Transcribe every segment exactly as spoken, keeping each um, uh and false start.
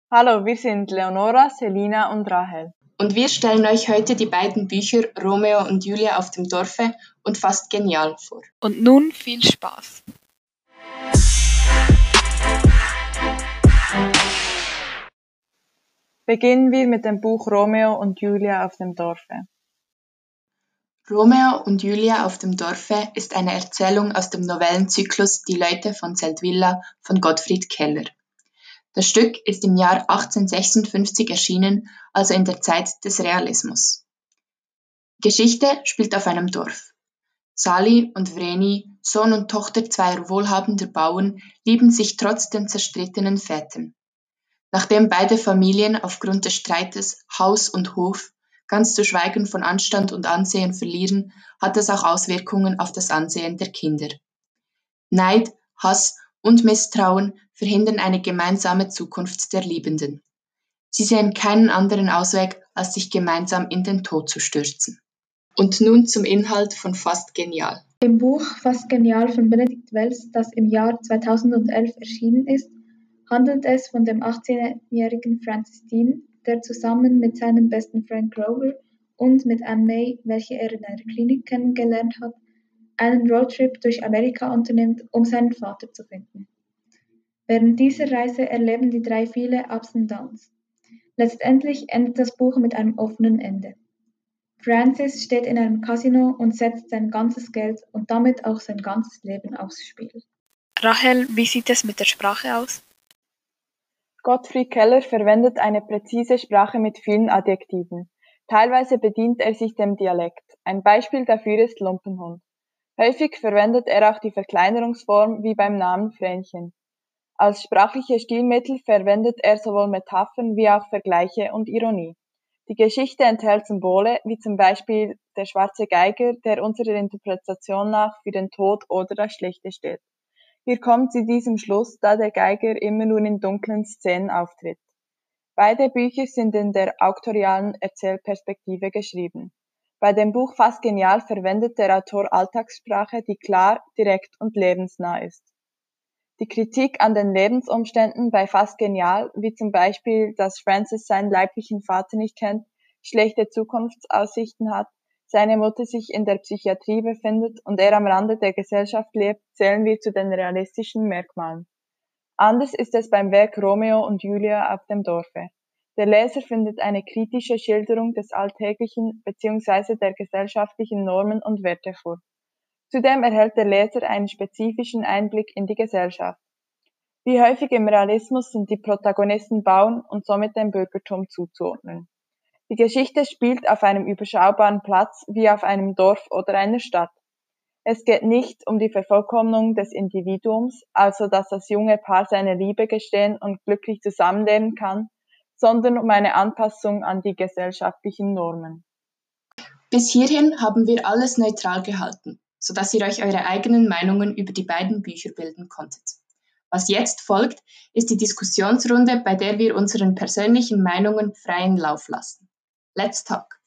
Hallo, wir sind Leonora, Selina und Rahel. Und wir stellen euch heute die beiden Bücher Romeo und Julia auf dem Dorfe und Fast genial vor. Und nun viel Spaß! Beginnen wir mit dem Buch Romeo und Julia auf dem Dorfe. Romeo und Julia auf dem Dorfe ist eine Erzählung aus dem Novellenzyklus Die Leute von Seldwyla von Gottfried Keller. Das Stück ist im Jahr achtzehnhundertsechsundfünfzig erschienen, also in der Zeit des Realismus. Die Geschichte spielt auf einem Dorf. Sali und Vreni, Sohn und Tochter zweier wohlhabender Bauern, lieben sich trotz den zerstrittenen Vätern. Nachdem beide Familien aufgrund des Streites Haus und Hof, ganz zu schweigen von Anstand und Ansehen verlieren, hat es auch Auswirkungen auf das Ansehen der Kinder. Neid, Hass und Misstrauen verhindern eine gemeinsame Zukunft der Liebenden. Sie sehen keinen anderen Ausweg, als sich gemeinsam in den Tod zu stürzen. Und nun zum Inhalt von Fast genial. Im Buch Fast genial von Benedikt Wells, das im Jahr zweitausendelf erschienen ist, handelt es von dem achtzehnjährigen Francis Dean, der zusammen mit seinem besten Freund Grover und mit Anne May, welche er in einer Klinik kennengelernt hat, einen Roadtrip durch Amerika unternimmt, um seinen Vater zu finden. Während dieser Reise erleben die drei viele Ups und Downs. Letztendlich endet das Buch mit einem offenen Ende. Francis steht in einem Casino und setzt sein ganzes Geld und damit auch sein ganzes Leben aufs Spiel. Rahel, wie sieht es mit der Sprache aus? Gottfried Keller verwendet eine präzise Sprache mit vielen Adjektiven. Teilweise bedient er sich dem Dialekt. Ein Beispiel dafür ist Lumpenhund. Häufig verwendet er auch die Verkleinerungsform wie beim Namen Vrenchen. Als sprachliche Stilmittel verwendet er sowohl Metaphern wie auch Vergleiche und Ironie. Die Geschichte enthält Symbole, wie zum Beispiel der schwarze Geiger, der unserer Interpretation nach für den Tod oder das Schlechte steht. Hier kommt zu diesem Schluss, da der Geiger immer nur in dunklen Szenen auftritt. Beide Bücher sind in der auktorialen Erzählperspektive geschrieben. Bei dem Buch Fast genial verwendet der Autor Alltagssprache, die klar, direkt und lebensnah ist. Die Kritik an den Lebensumständen bei Fast genial, wie zum Beispiel, dass Francis seinen leiblichen Vater nicht kennt, schlechte Zukunftsaussichten hat, seine Mutter sich in der Psychiatrie befindet und er am Rande der Gesellschaft lebt, zählen wir zu den realistischen Merkmalen. Anders ist es beim Werk Romeo und Julia auf dem Dorfe. Der Leser findet eine kritische Schilderung des Alltäglichen bzw. der gesellschaftlichen Normen und Werte vor. Zudem erhält der Leser einen spezifischen Einblick in die Gesellschaft. Wie häufig im Realismus sind die Protagonisten Bauern und somit dem Bürgertum zuzuordnen. Die Geschichte spielt auf einem überschaubaren Platz wie auf einem Dorf oder einer Stadt. Es geht nicht um die Vervollkommnung des Individuums, also dass das junge Paar seine Liebe gestehen und glücklich zusammenleben kann, sondern um eine Anpassung an die gesellschaftlichen Normen. Bis hierhin haben wir alles neutral gehalten, sodass ihr euch eure eigenen Meinungen über die beiden Bücher bilden konntet. Was jetzt folgt, ist die Diskussionsrunde, bei der wir unseren persönlichen Meinungen freien Lauf lassen. Let's talk!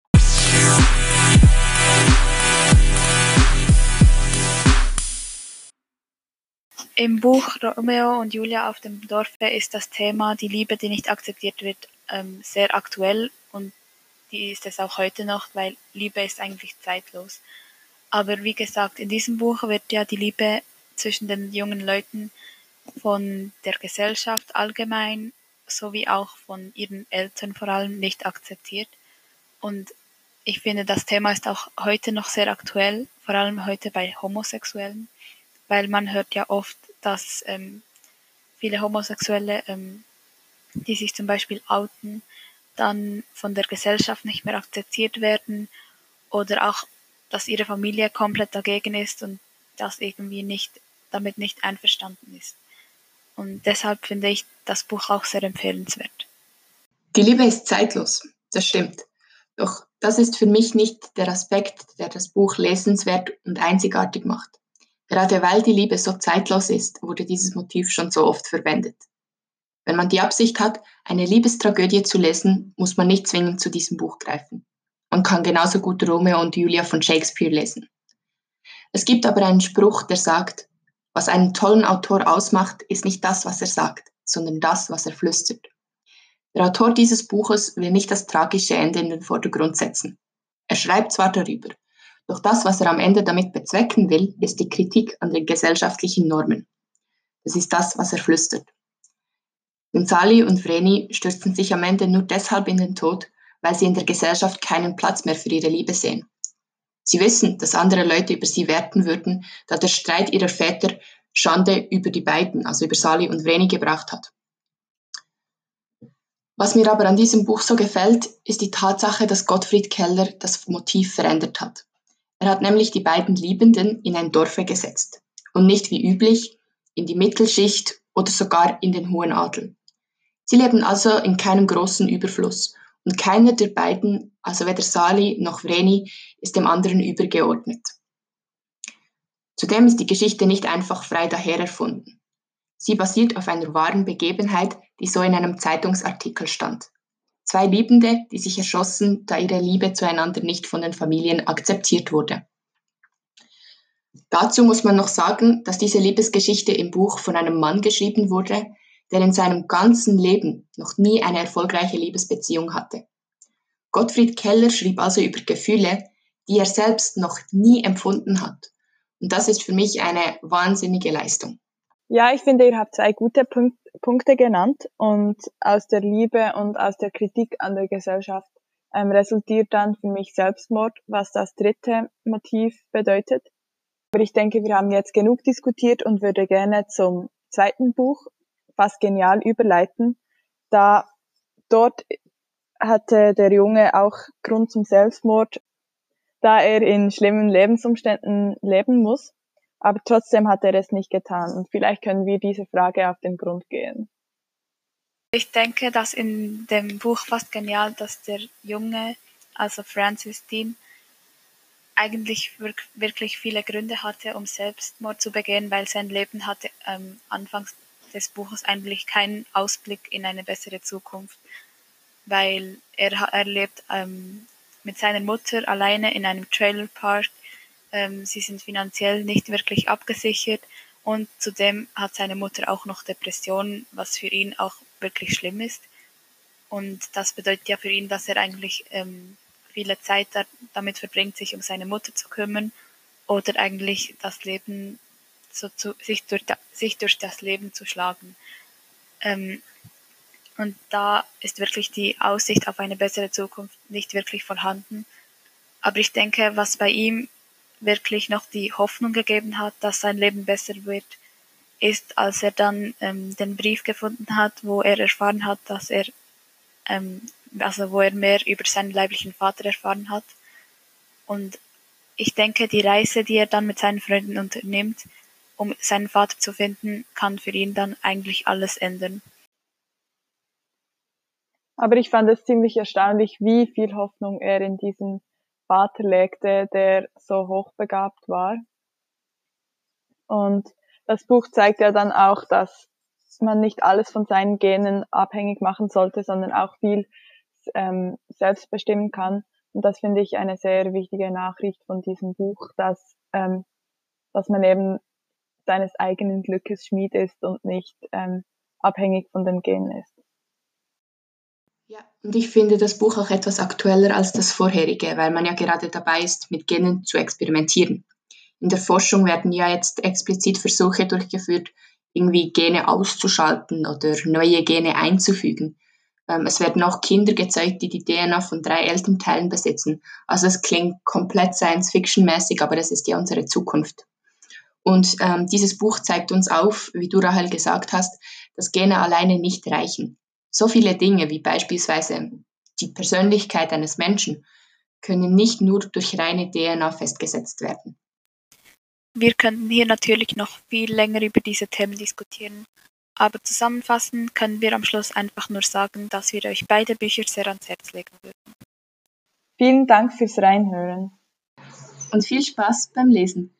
Im Buch Romeo und Julia auf dem Dorfe ist das Thema die Liebe, die nicht akzeptiert wird, ähm, sehr aktuell und die ist es auch heute noch, weil Liebe ist eigentlich zeitlos. Aber wie gesagt, in diesem Buch wird ja die Liebe zwischen den jungen Leuten von der Gesellschaft allgemein sowie auch von ihren Eltern vor allem nicht akzeptiert. Und ich finde, das Thema ist auch heute noch sehr aktuell, vor allem heute bei Homosexuellen, weil man hört ja oft, dass ähm, viele Homosexuelle, ähm, die sich zum Beispiel outen, dann von der Gesellschaft nicht mehr akzeptiert werden oder auch, dass ihre Familie komplett dagegen ist und das irgendwie nicht, damit nicht einverstanden ist. Und deshalb finde ich das Buch auch sehr empfehlenswert. Die Liebe ist zeitlos, das stimmt. Doch das ist für mich nicht der Aspekt, der das Buch lesenswert und einzigartig macht. Gerade weil die Liebe so zeitlos ist, wurde dieses Motiv schon so oft verwendet. Wenn man die Absicht hat, eine Liebestragödie zu lesen, muss man nicht zwingend zu diesem Buch greifen. Man kann genauso gut Romeo und Julia von Shakespeare lesen. Es gibt aber einen Spruch, der sagt, was einen tollen Autor ausmacht, ist nicht das, was er sagt, sondern das, was er flüstert. Der Autor dieses Buches will nicht das tragische Ende in den Vordergrund setzen. Er schreibt zwar darüber, doch das, was er am Ende damit bezwecken will, ist die Kritik an den gesellschaftlichen Normen. Das ist das, was er flüstert. Denn Sally und Vreni stürzen sich am Ende nur deshalb in den Tod, weil sie in der Gesellschaft keinen Platz mehr für ihre Liebe sehen. Sie wissen, dass andere Leute über sie werten würden, da der Streit ihrer Väter Schande über die beiden, also über Sally und Vreni, gebracht hat. Was mir aber an diesem Buch so gefällt, ist die Tatsache, dass Gottfried Keller das Motiv verändert hat. Er hat nämlich die beiden Liebenden in ein Dorf gesetzt und nicht wie üblich in die Mittelschicht oder sogar in den hohen Adel. Sie leben also in keinem großen Überfluss und keiner der beiden, also weder Sally noch Vreni, ist dem anderen übergeordnet. Zudem ist die Geschichte nicht einfach frei daher erfunden. Sie basiert auf einer wahren Begebenheit, die so in einem Zeitungsartikel stand. Zwei Liebende, die sich erschossen, da ihre Liebe zueinander nicht von den Familien akzeptiert wurde. Dazu muss man noch sagen, dass diese Liebesgeschichte im Buch von einem Mann geschrieben wurde, der in seinem ganzen Leben noch nie eine erfolgreiche Liebesbeziehung hatte. Gottfried Keller schrieb also über Gefühle, die er selbst noch nie empfunden hat. Und das ist für mich eine wahnsinnige Leistung. Ja, ich finde, ihr habt zwei gute Punkt, Punkte genannt und aus der Liebe und aus der Kritik an der Gesellschaft ähm, resultiert dann für mich Selbstmord, was das dritte Motiv bedeutet. Aber ich denke, wir haben jetzt genug diskutiert und würde gerne zum zweiten Buch fast genial überleiten, da dort hatte der Junge auch Grund zum Selbstmord, da er in schlimmen Lebensumständen leben muss, aber trotzdem hat er es nicht getan und vielleicht können wir diese Frage auf den Grund gehen. Ich denke, dass in dem Buch fast genial, dass der Junge, also Francis Dean, eigentlich wirklich viele Gründe hatte, um Selbstmord zu begehen, weil sein Leben hatte ähm, anfangs des Buches eigentlich keinen Ausblick in eine bessere Zukunft, weil er, er lebt ähm, mit seiner Mutter alleine in einem Trailerpark. Ähm, sie sind finanziell nicht wirklich abgesichert und zudem hat seine Mutter auch noch Depressionen, was für ihn auch wirklich schlimm ist. Und das bedeutet ja für ihn, dass er eigentlich ähm, viele Zeit da, damit verbringt, sich um seine Mutter zu kümmern oder eigentlich das Leben so zu, sich, durch da, sich durch das Leben zu schlagen. Ähm, und da ist wirklich die Aussicht auf eine bessere Zukunft nicht wirklich vorhanden. Aber ich denke, was bei ihm wirklich noch die Hoffnung gegeben hat, dass sein Leben besser wird, ist, als er dann ähm, den Brief gefunden hat, wo er erfahren hat, dass er ähm, also wo er mehr über seinen leiblichen Vater erfahren hat. Und ich denke, die Reise, die er dann mit seinen Freunden unternimmt, um seinen Vater zu finden, kann für ihn dann eigentlich alles ändern. Aber ich fand es ziemlich erstaunlich, wie viel Hoffnung er in diesen Vater legte, der so hochbegabt war. Und das Buch zeigt ja dann auch, dass man nicht alles von seinen Genen abhängig machen sollte, sondern auch viel ähm, selbst bestimmen kann. Und das finde ich eine sehr wichtige Nachricht von diesem Buch, dass, ähm, dass man eben seines eigenen Glückes Schmied ist und nicht ähm, abhängig von den Genen ist. Ja, und ich finde das Buch auch etwas aktueller als das vorherige, weil man ja gerade dabei ist, mit Genen zu experimentieren. In der Forschung werden ja jetzt explizit Versuche durchgeführt, irgendwie Gene auszuschalten oder neue Gene einzufügen. Ähm, es werden auch Kinder gezeugt, die die D N A von drei Elternteilen besitzen. Also es klingt komplett Science-Fiction-mäßig, aber das ist ja unsere Zukunft. Und ähm, dieses Buch zeigt uns auf, wie du, Rahel, gesagt hast, dass Gene alleine nicht reichen. So viele Dinge wie beispielsweise die Persönlichkeit eines Menschen können nicht nur durch reine D N A festgesetzt werden. Wir könnten hier natürlich noch viel länger über diese Themen diskutieren, aber zusammenfassend können wir am Schluss einfach nur sagen, dass wir euch beide Bücher sehr ans Herz legen würden. Vielen Dank fürs Reinhören. Und viel Spaß beim Lesen.